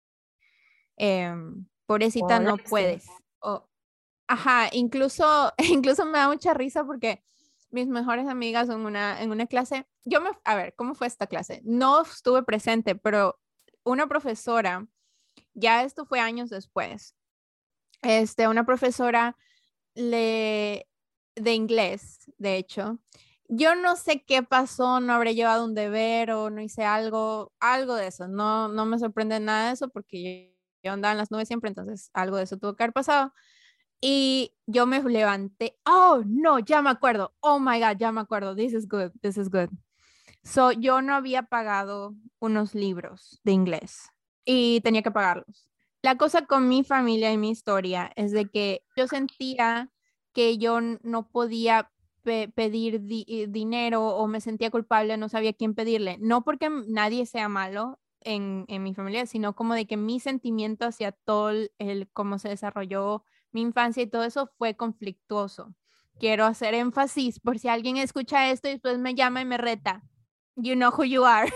pobrecita O no lástima. puedes. Ajá, incluso, incluso me da mucha risa porque mis mejores amigas en una clase, a ver, ¿cómo fue esta clase? No estuve presente, pero una profesora, ya esto fue años después, una profesora le, de inglés, de hecho. Yo no sé qué pasó, no habré llevado un deber o no hice algo de eso. No me sorprende nada de eso porque yo andaba en las nubes siempre, entonces algo de eso tuvo que haber pasado. Y yo me levanté, oh, no, ya me acuerdo, oh my God, ya me acuerdo, this is good, this is good. So, yo no había pagado unos libros de inglés y tenía que pagarlos. La cosa con mi familia y mi historia es de que yo sentía que yo no podía pedir dinero o me sentía culpable, no sabía quién pedirle. No porque nadie sea malo en mi familia, sino como de que mi sentimiento hacia todo cómo se desarrolló mi infancia y todo eso fue conflictuoso. Quiero hacer énfasis por si alguien escucha esto y después me llama y me reta. You know who you are.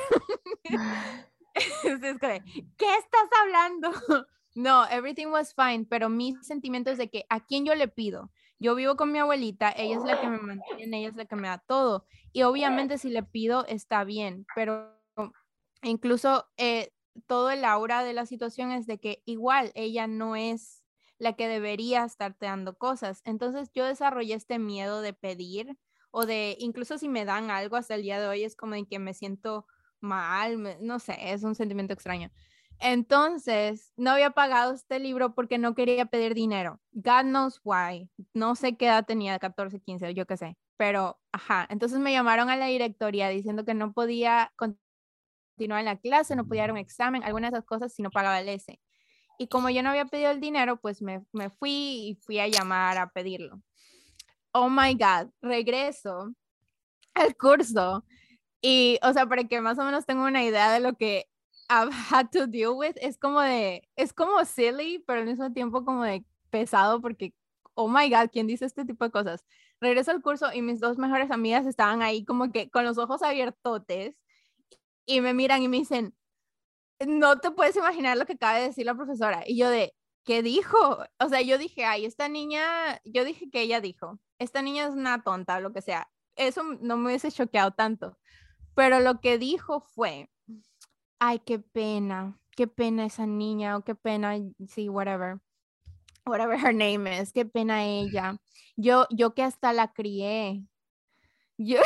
Es como, ¿qué estás hablando? No, everything was fine, pero mis sentimientos de que a quién yo le pido. Yo vivo con mi abuelita, ella es la que me mantiene, ella es la que me da todo. Y obviamente si le pido está bien, pero incluso todo el aura de la situación es de que igual ella no es la que debería estarte dando cosas. Entonces yo desarrollé este miedo de pedir o de, incluso si me dan algo hasta el día de hoy, es como de que me siento mal, no sé, es un sentimiento extraño. Entonces, no había pagado este libro porque no quería pedir dinero. God knows why. No sé qué edad tenía, 14, 15, yo qué sé. Pero, ajá, entonces me llamaron a la directoría diciendo que no podía continuar en la clase, no podía dar un examen, algunas de esas cosas si no pagaba el S. Y como yo no había pedido el dinero, pues me fui y fui a llamar a pedirlo. Oh my God, regreso al curso y, o sea, para que más o menos tenga una idea de lo que I've had to deal with, es como silly, pero al mismo tiempo como de pesado porque, oh my God, ¿quién dice este tipo de cosas? Regreso al curso y mis dos mejores amigas estaban ahí como que con los ojos abiertotes y me miran y me dicen, no te puedes imaginar lo que acaba de decir la profesora. Y yo de, ¿qué dijo? O sea, yo dije, ay, esta niña, yo dije que ella dijo, esta niña es una tonta o lo que sea. Eso no me hubiese choqueado tanto. Pero lo que dijo fue, ay, qué pena esa niña o qué pena, sí, whatever her name is, qué pena ella. Yo que hasta la crié. Yo,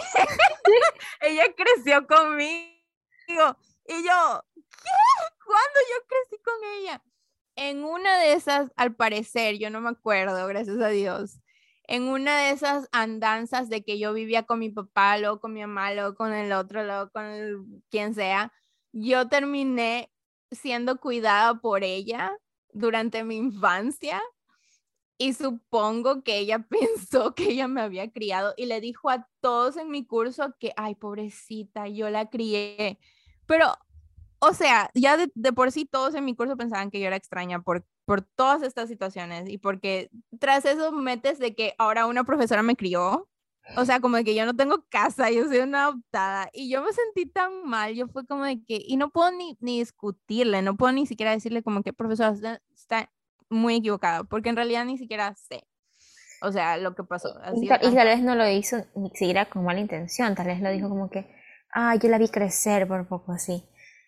ella creció conmigo. Y yo, ¿qué? ¿Cuándo yo crecí con ella? En una de esas, al parecer, yo no me acuerdo, gracias a Dios, en una de esas andanzas de que yo vivía con mi papá, luego con mi mamá, luego con el otro, luego con quien sea, yo terminé siendo cuidada por ella durante mi infancia y supongo que ella pensó que ella me había criado y le dijo a todos en mi curso que, ay, pobrecita, yo la crié. Pero o sea, ya de por sí todos en mi curso pensaban que yo era extraña por todas estas situaciones y porque tras eso metes de que ahora una profesora me crió, o sea, como de que yo no tengo casa, yo soy una adoptada y yo me sentí tan mal, yo fue como de que, y no puedo ni discutirle, no puedo ni siquiera decirle como que profesora está muy equivocada, porque en realidad ni siquiera sé, o sea, lo que pasó, ha sido Y tan tal vez no lo hizo ni siquiera con mala intención, tal vez lo dijo como que, ah, yo la vi crecer por poco así.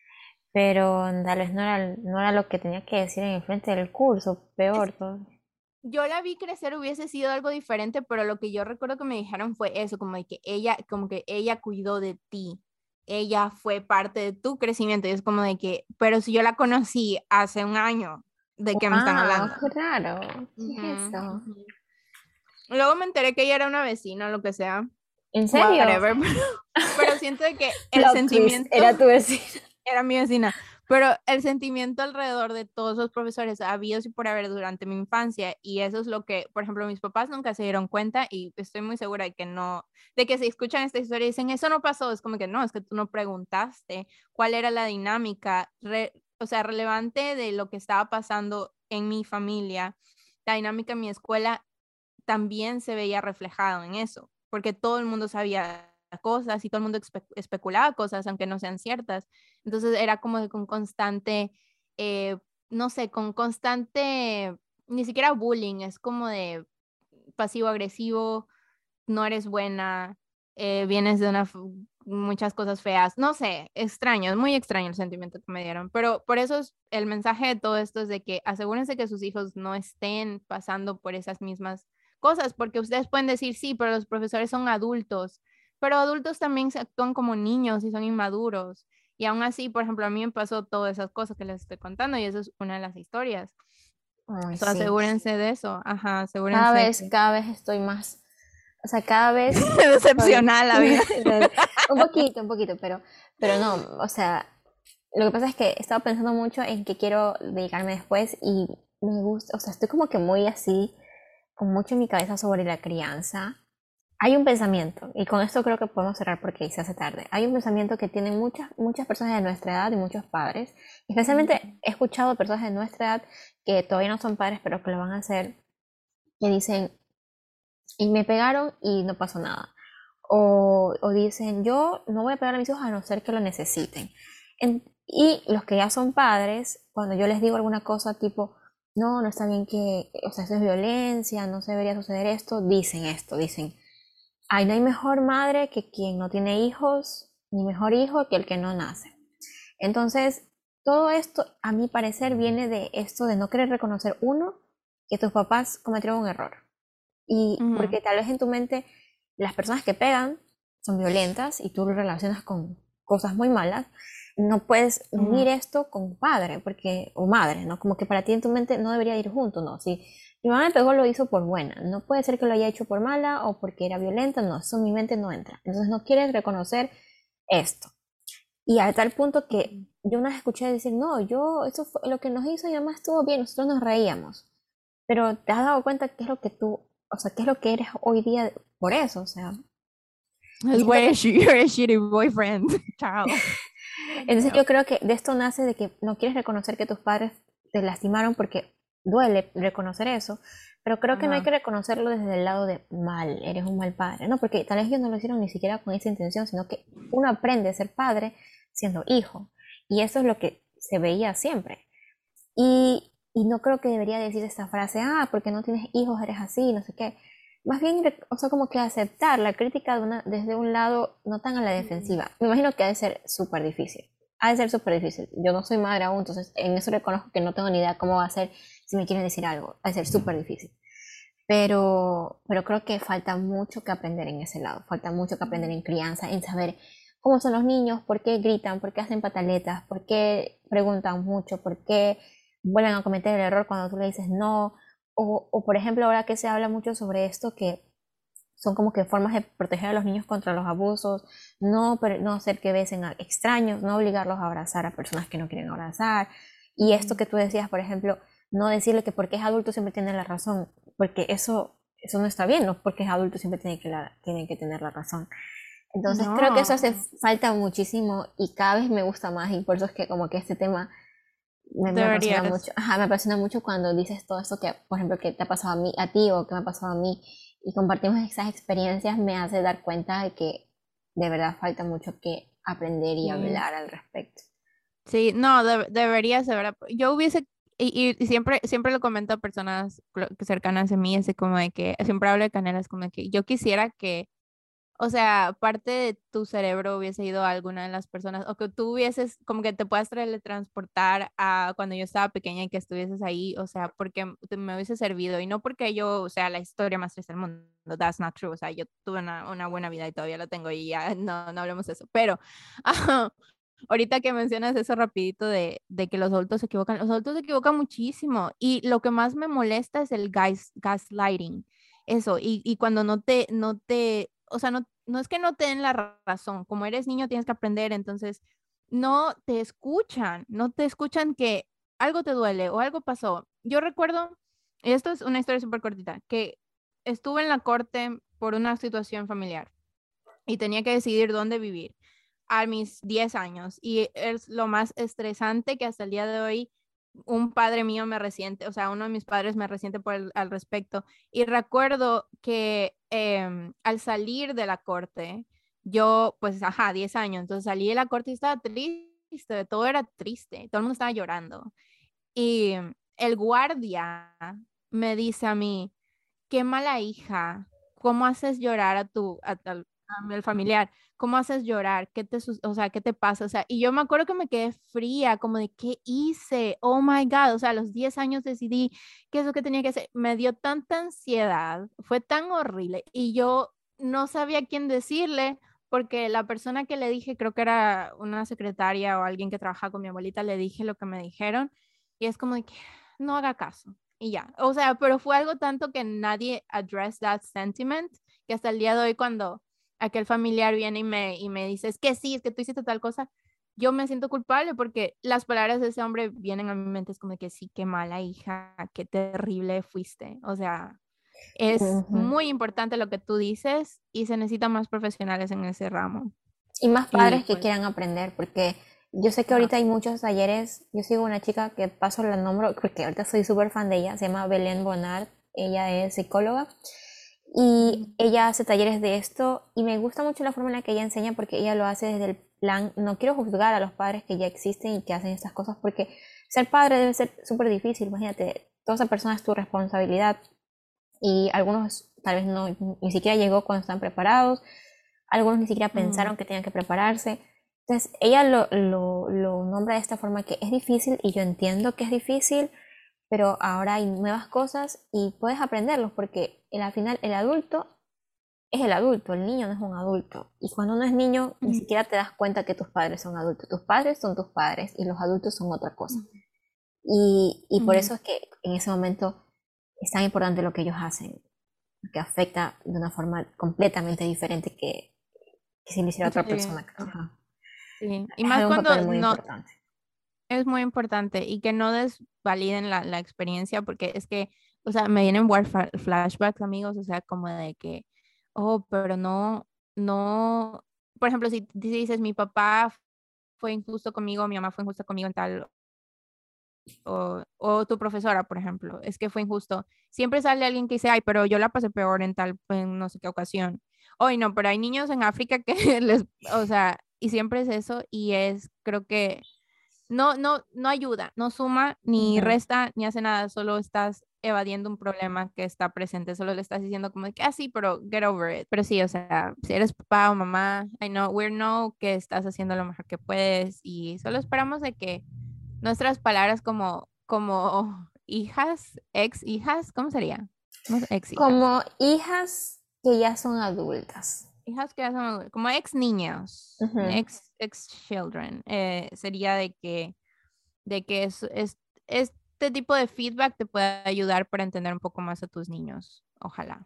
Pero tal vez no era lo que tenía que decir en el frente del curso, peor todo. yo la vi crecer hubiese sido algo diferente, pero lo que yo recuerdo que me dijeron fue eso, como que ella cuidó de ti, ella fue parte de tu crecimiento, y es como de que, pero si yo la conocí hace un año, ¿de qué me están Wow, hablando? qué raro. ¿Qué es Ujú, eso? ujú. Luego me enteré que ella era una vecina, lo que sea, ¿En serio? whatever, pero siento de que el Plot twist, sentimiento era tu vecina. era mi vecina, pero el sentimiento alrededor de todos los profesores habidos y por haber durante mi infancia, y eso es lo que, por ejemplo, mis papás nunca se dieron cuenta y estoy muy segura de que no, de que si escuchan esta historia y dicen, eso no pasó, es como que no, es que tú no preguntaste cuál era la dinámica, o sea, relevante de lo que estaba pasando en mi familia, la dinámica en mi escuela también se veía reflejado en eso, porque todo el mundo sabía cosas y todo el mundo especulaba cosas, aunque no sean ciertas. Entonces era como de con constante, eh, no sé, con constante, ni siquiera bullying, es como de pasivo-agresivo, no eres buena, vienes de muchas cosas feas, no sé, extraño, es muy extraño el sentimiento que me dieron, pero por eso es, el mensaje de todo esto es de que asegúrense que sus hijos no estén pasando por esas mismas cosas, porque ustedes pueden decir, sí, pero los profesores son adultos, pero adultos también se actúan como niños y son inmaduros, y aún así, por ejemplo, a mí me pasó todas esas cosas que les estoy contando y eso es una de las historias. Ay, So, sí. asegúrense de eso, ajá, asegúrense de que Cada vez estoy más, o sea, cada vez estoy, decepcionada la vida. un poquito, pero no, o sea, lo que pasa es que he estado pensando mucho en qué quiero dedicarme después y me gusta, o sea, estoy como que muy así, con mucho en mi cabeza sobre la crianza. Hay un pensamiento, y con esto creo que podemos cerrar porque se hace tarde. Hay un pensamiento que tienen muchas personas de nuestra edad y muchos padres. Especialmente he escuchado personas de nuestra edad que todavía no son padres, pero que lo van a hacer, que dicen, y me pegaron y no pasó nada. O dicen, yo no voy a pegar a mis hijos a no ser que lo necesiten. Y los que ya son padres, cuando yo les digo alguna cosa tipo, no, no está bien que, o sea, eso es violencia, no se debería suceder esto, dicen, ay, no hay mejor madre que quien no tiene hijos, ni mejor hijo que el que no nace. Entonces, todo esto, a mi parecer, viene de esto de no querer reconocer, uno, que tus papás cometieron un error. Y Ujú, porque tal vez en tu mente las personas que pegan son violentas y tú lo relacionas con cosas muy malas, no puedes ujú. unir esto con padre porque, o madre, ¿no? Como que para ti en tu mente no debería ir junto, ¿no? Si mi mamá me pegó, lo hizo por buena. No puede ser que lo haya hecho por mala o porque era violenta, no, eso en mi mente no entra. Entonces no quieres reconocer esto. Y a tal punto que yo una vez escuché decir, no, yo, eso fue lo que nos hizo mi mamá estuvo bien, nosotros nos reíamos. Pero te has dado cuenta qué es lo que tú, o sea, qué es lo que eres hoy día por eso, o sea. Y Es siento que, you're a shitty boyfriend. Chao. entonces yo creo que de esto nace de que no quieres reconocer que tus padres te lastimaron porque duele reconocer eso, pero creo que no hay Ajá. que reconocerlo desde el lado de mal, eres un mal padre, no, porque tal vez ellos no lo hicieron ni siquiera con esa intención, sino que uno aprende a ser padre siendo hijo, y eso es lo que se veía siempre. Y no creo que debería decir esta frase, ah, porque no tienes hijos, eres así, no sé qué. Más bien, o sea, como que aceptar la crítica desde un lado, no tan a la Mm. defensiva. Me imagino que ha de ser súper difícil. Ha de ser súper difícil. Yo no soy madre aún, entonces en eso reconozco que no tengo ni idea cómo va a ser si me quieren decir algo. Ha de ser súper difícil. Pero creo que falta mucho que aprender en ese lado. Falta mucho que aprender en crianza, en saber cómo son los niños, por qué gritan, por qué hacen pataletas, por qué preguntan mucho, por qué vuelven a cometer el error cuando tú le dices no. O por ejemplo, ahora que se habla mucho sobre esto, que son como que formas de proteger a los niños contra los abusos, no hacer que besen a extraños, no obligarlos a abrazar a personas que no quieren abrazar. Y esto Ujú. que tú decías, por ejemplo, no decirle que porque es adulto siempre tiene la razón, porque eso no está bien, no porque es adulto siempre tiene que tener la razón. Entonces creo que eso No, hace falta muchísimo y cada vez me gusta más y por eso es que como que este tema me apasiona deberías. mucho. Ajá, me apasiona mucho cuando dices todo esto que, por ejemplo, que te ha pasado a mí, a ti o que me ha pasado a mí y compartimos esas experiencias, me hace dar cuenta de que de verdad falta mucho que aprender y Sí. hablar al respecto. Sí, no, deberías, de verdad. Yo hubiese, y siempre lo comento a personas cercanas a mí, así como de que, siempre hablo de Canelas, como de que yo quisiera que, o sea, parte de tu cerebro hubiese ido a alguna de las personas, o que tú hubieses, como que te puedas teletransportar a cuando yo estaba pequeña y que estuvieses ahí, o sea, porque me hubiese servido, y no porque yo, o sea, la historia más triste del mundo, that's not true, o sea, yo tuve una buena vida y todavía la tengo y ya, no hablemos de eso, pero ahorita que mencionas eso rapidito de que los adultos se equivocan muchísimo y lo que más me molesta es el gaslighting, eso, y cuando o sea, no es que no te den la razón, como eres niño tienes que aprender, entonces no te escuchan que algo te duele o algo pasó. Yo recuerdo, y esto es una historia súper cortita, que estuve en la corte por una situación familiar y tenía que decidir dónde vivir a mis 10 años. Y es lo más estresante que hasta el día de hoy un padre mío me resiente, o sea, uno de mis padres me resiente al respecto. Y recuerdo que al salir de la corte, yo, pues, ajá, 10 años, entonces salí de la corte y estaba triste, todo era triste, todo el mundo estaba llorando. Y el guardia me dice a mí, qué mala hija, ¿cómo haces llorar al familiar? ¿Cómo haces llorar? O sea, ¿qué te pasa? O sea, y yo me acuerdo que me quedé fría, como de, ¿qué hice? Oh my God, o sea, a los 10 años decidí qué es lo que tenía que hacer. Me dio tanta ansiedad, fue tan horrible y yo no sabía quién decirle porque la persona que le dije, creo que era una secretaria o alguien que trabajaba con mi abuelita, le dije lo que me dijeron y es como de que no haga caso. y ya. O sea, pero fue algo tanto que nadie addressed that sentiment, que hasta el día de hoy cuando aquel familiar viene y me dice, es que sí, es que tú hiciste tal cosa, yo me siento culpable porque las palabras de ese hombre vienen a mi mente, es como de que sí, qué mala hija, qué terrible fuiste. O sea, es Ujú. muy importante lo que tú dices y se necesitan más profesionales en ese ramo. Y más Y padres que pues, quieran aprender, porque yo sé que ajá. ahorita hay muchos talleres. Yo sigo una chica que paso la nombro, porque ahorita soy súper fan de ella, se llama Belén Bonard, ella es psicóloga y Ujú, ella hace talleres de esto y me gusta mucho la forma en la que ella enseña porque ella lo hace desde el plan, no quiero juzgar a los padres que ya existen y que hacen estas cosas porque ser padre debe ser súper difícil, imagínate, toda esa persona es tu responsabilidad y algunos tal vez no, ni siquiera llegó cuando están preparados, algunos ni siquiera ujú, pensaron que tenían que prepararse. Entonces, ella lo nombra de esta forma que es difícil y yo entiendo que es difícil, pero ahora hay nuevas cosas y puedes aprenderlos porque al final el adulto es el adulto, el niño no es un adulto. Y cuando uno es niño, ni ujú, siquiera te das cuenta que tus padres son adultos. Tus padres son tus padres y los adultos son otra cosa. Y por ujú, eso es que en ese momento es tan importante lo que ellos hacen, que afecta de una forma completamente diferente que si lo hiciera otra sí, persona. Ajá. sí. Y Es más un papel cuando muy no, importante. es muy importante y que no desvaliden la experiencia porque es que, o sea, me vienen flashbacks, amigos, o sea, como de que, oh, pero no, por ejemplo, si dices, mi papá fue injusto conmigo, mi mamá fue injusta conmigo en tal, o tu profesora, por ejemplo, es que fue injusto. Siempre sale alguien que dice, ay, pero yo la pasé peor en tal, en no sé qué ocasión. Hoy no, pero hay niños en África que les, o sea, y siempre es eso y es, creo que no ayuda, no suma, ni Ujú. resta, ni hace nada, solo estás evadiendo un problema que está presente, solo le estás diciendo como de que, ah, sí, pero get over it. Pero sí, o sea, si eres papá o mamá, I know, we know que estás haciendo lo mejor que puedes y solo esperamos de que nuestras palabras como hijas, ex hijas, ¿cómo sería? No sé, ex hijas. Como hijas que ya son adultas. Hijas que ya son como ex niños, Ujú. ex children, sería de que este tipo de feedback te puede ayudar para entender un poco más a tus niños. Ojalá.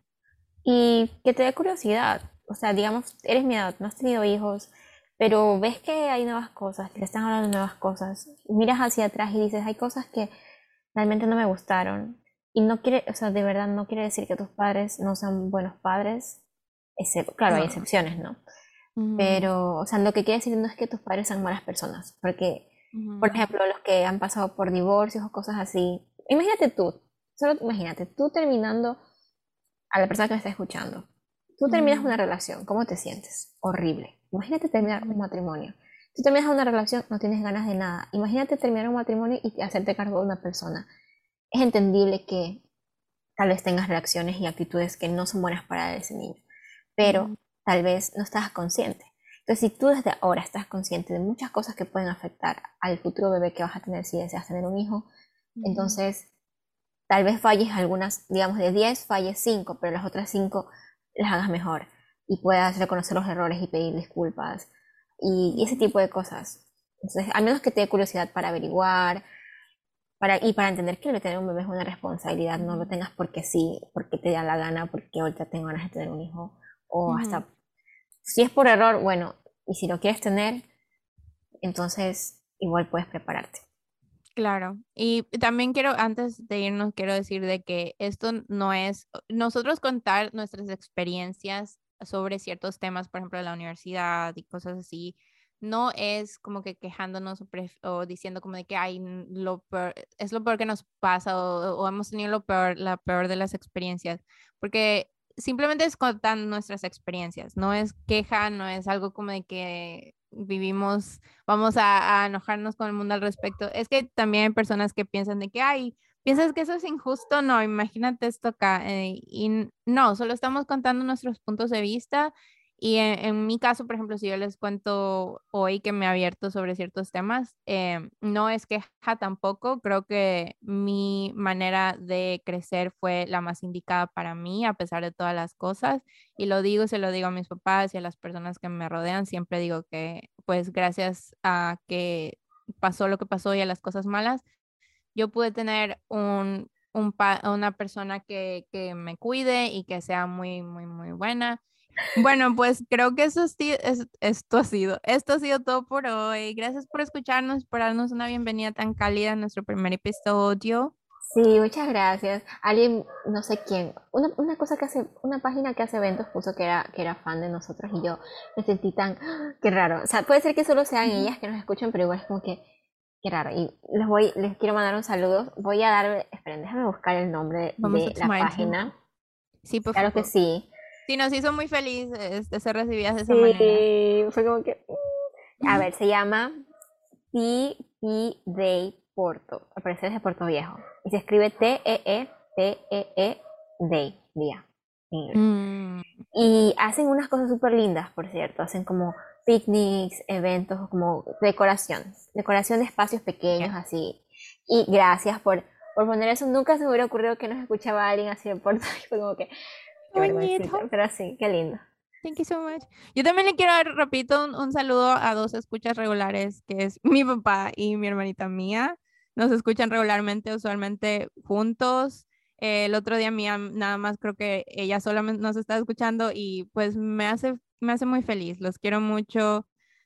Y que te dé curiosidad. O sea, digamos, eres mi edad, no has tenido hijos, pero ves que hay nuevas cosas, que te están hablando de nuevas cosas. Miras hacia atrás y dices, hay cosas que realmente no me gustaron. Y no quiere, o sea, de verdad no quiere decir que tus padres no sean buenos padres. Claro, hay No. excepciones, ¿no? Ujú, Pero, o sea, lo que quiere decir no es que tus padres sean malas personas, porque, por ujú, ejemplo, los que han pasado por divorcios o cosas así, imagínate tú, solo imagínate, tú terminando, a la persona que me está escuchando, tú terminas una ujú, relación, ¿cómo te sientes? Horrible. Imagínate terminar un ujú, matrimonio. Tú terminas una relación, no tienes ganas de nada. Imagínate terminar un matrimonio y hacerte cargo de una persona. Es entendible que tal vez tengas reacciones y actitudes que no son buenas para ese niño, pero ujú, tal vez no estás consciente. Entonces, si tú desde ahora estás consciente de muchas cosas que pueden afectar al futuro bebé que vas a tener si deseas tener un hijo, ujú, entonces tal vez falles algunas, digamos de 10 falles 5 pero las otras 5 las hagas mejor y puedas reconocer los errores y pedir disculpas y ese ujú, tipo de cosas. Entonces, al menos que te dé curiosidad para averiguar, y para entender que el tener un bebé es una responsabilidad, no lo ujú, tengas porque sí, porque te da la gana, porque ahorita tengo ganas de tener un hijo, o ujú. hasta si es por error, bueno, y si lo quieres tener, entonces igual puedes prepararte. Claro. Y también quiero, antes de irnos, quiero decir de que esto no es, nosotros contar nuestras experiencias sobre ciertos temas, por ejemplo, de la universidad y cosas así, no es como que quejándonos o diciendo como de que ay, es lo peor que nos pasa o hemos tenido lo peor, la peor de las experiencias, porque simplemente es contar nuestras experiencias, no es queja, no es algo como de que vivimos vamos a enojarnos con el mundo al respecto. Es que también hay personas que piensan de que, ay, ¿piensas que eso es injusto? No, imagínate esto acá. No, solo estamos contando nuestros puntos de vista. Y en mi caso, por ejemplo, si yo les cuento hoy que me he abierto sobre ciertos temas, no es queja tampoco. Creo que mi manera de crecer fue la más indicada para mí, a pesar de todas las cosas. Y lo digo, se lo digo a mis papás y a las personas que me rodean. Siempre digo que, pues, gracias a que pasó lo que pasó y a las cosas malas, yo pude tener una persona que me cuide y que sea muy, muy, muy buena. Bueno, pues creo que esto ha sido todo por hoy. Gracias por escucharnos, por darnos una bienvenida tan cálida en nuestro primer episodio. Sí, muchas gracias. Alguien, no sé quién, una cosa que hace, una página que hace eventos puso que era fan de nosotros y yo me sentí tan, ¡ah! Qué raro. O sea, puede ser que solo sean Ujú. ellas que nos escuchen, pero igual es como que, qué raro. Y les quiero mandar un saludo. Voy a darle, esperen, déjame buscar el nombre Vamos a de la tomar el tiempo. página. Sí, por Claro que favor. sí. Sí, nos hizo muy felices de ser recibidas de esa manera. Sí, fue como que, a ver, se llama T.P. Day Porto. Al parecer es de Puerto Viejo. Y se escribe Teetee Day, día, en inglés. Mm, Y hacen unas cosas súper lindas, por cierto. Hacen como picnics, eventos, como decoración. Decoración de espacios pequeños ya. así. Y gracias por poner eso. Nunca se me hubiera ocurrido que nos escuchaba alguien así de Puerto. Y fue como que, Qué qué vergüencita. bonito. Pero sí, qué lindo. Thank you so much. Yo también le quiero dar, repito, un saludo a dos escuchas regulares, que es mi papá y mi hermanita mía. Nos escuchan regularmente, usualmente juntos. El otro día mía nada más creo que ella solamente nos está escuchando y pues me hace muy feliz. Los quiero mucho.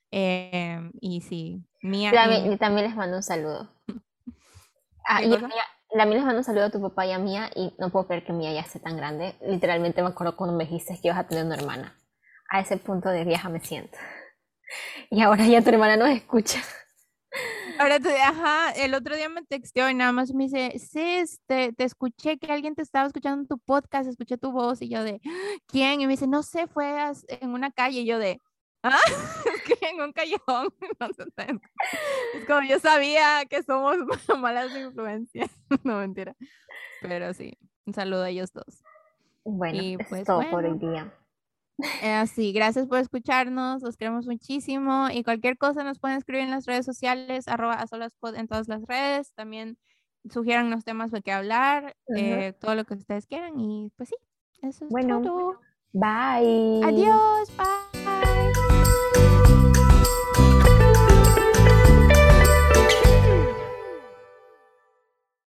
Y sí, Mía y mi... Yo también les mando un saludo. Ah, ¿Qué y cosa? también les mando un saludo a tu papá y a Mía, y no puedo creer que Mía ya esté tan grande. Literalmente me acuerdo cuando me dijiste que ibas a tener una hermana. A ese punto de vieja me siento. Y ahora ya tu hermana nos escucha. Ahora, ajá, el otro día me texteó y nada más me dice, Sis, te escuché que alguien te estaba escuchando en tu podcast, escuché tu voz y yo de, ¿quién? Y me dice, no sé, fue en una calle y yo de, ah, es que en un callejón. No sé, es como yo sabía que somos malas influencias, no mentira, pero sí, un saludo a ellos dos. Bueno, Y eso es pues todo por hoy bueno. día. Así, gracias por escucharnos, los queremos muchísimo y cualquier cosa nos pueden escribir en las redes sociales, @asolaspod en todas las redes, también sugieran los temas de qué hablar, Ujú. todo lo que ustedes quieran y pues sí, eso es Bueno, todo. bye. Adiós, bye.